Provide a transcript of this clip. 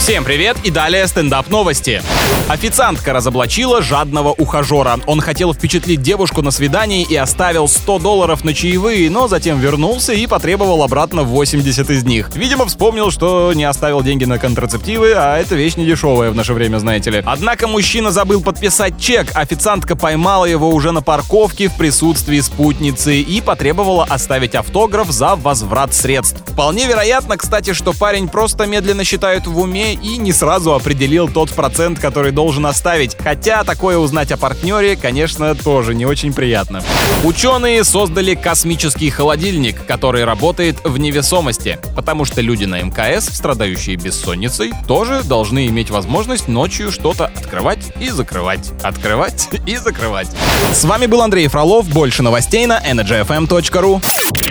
Всем привет и далее стендап-новости. Официантка разоблачила жадного ухажера. Он хотел впечатлить девушку на свидании и оставил $100 на чаевые, но затем вернулся и потребовал обратно 80 из них. Видимо, вспомнил, что не оставил деньги на контрацептивы, а это вещь недешевая в наше время, знаете ли. Однако мужчина забыл подписать чек. Официантка поймала его уже на парковке в присутствии спутницы и потребовала оставить автограф за возврат средств. Вполне вероятно, кстати, что парень просто медленно считает в уме и не сразу определил тот процент, который должен оставить. Хотя такое узнать о партнере, конечно, тоже не очень приятно. Ученые создали космический холодильник, который работает в невесомости, потому что люди на МКС, страдающие бессонницей, тоже должны иметь возможность ночью что-то открывать и закрывать. Открывать и закрывать. С вами был Андрей Фролов. Больше новостей на energyfm.ru.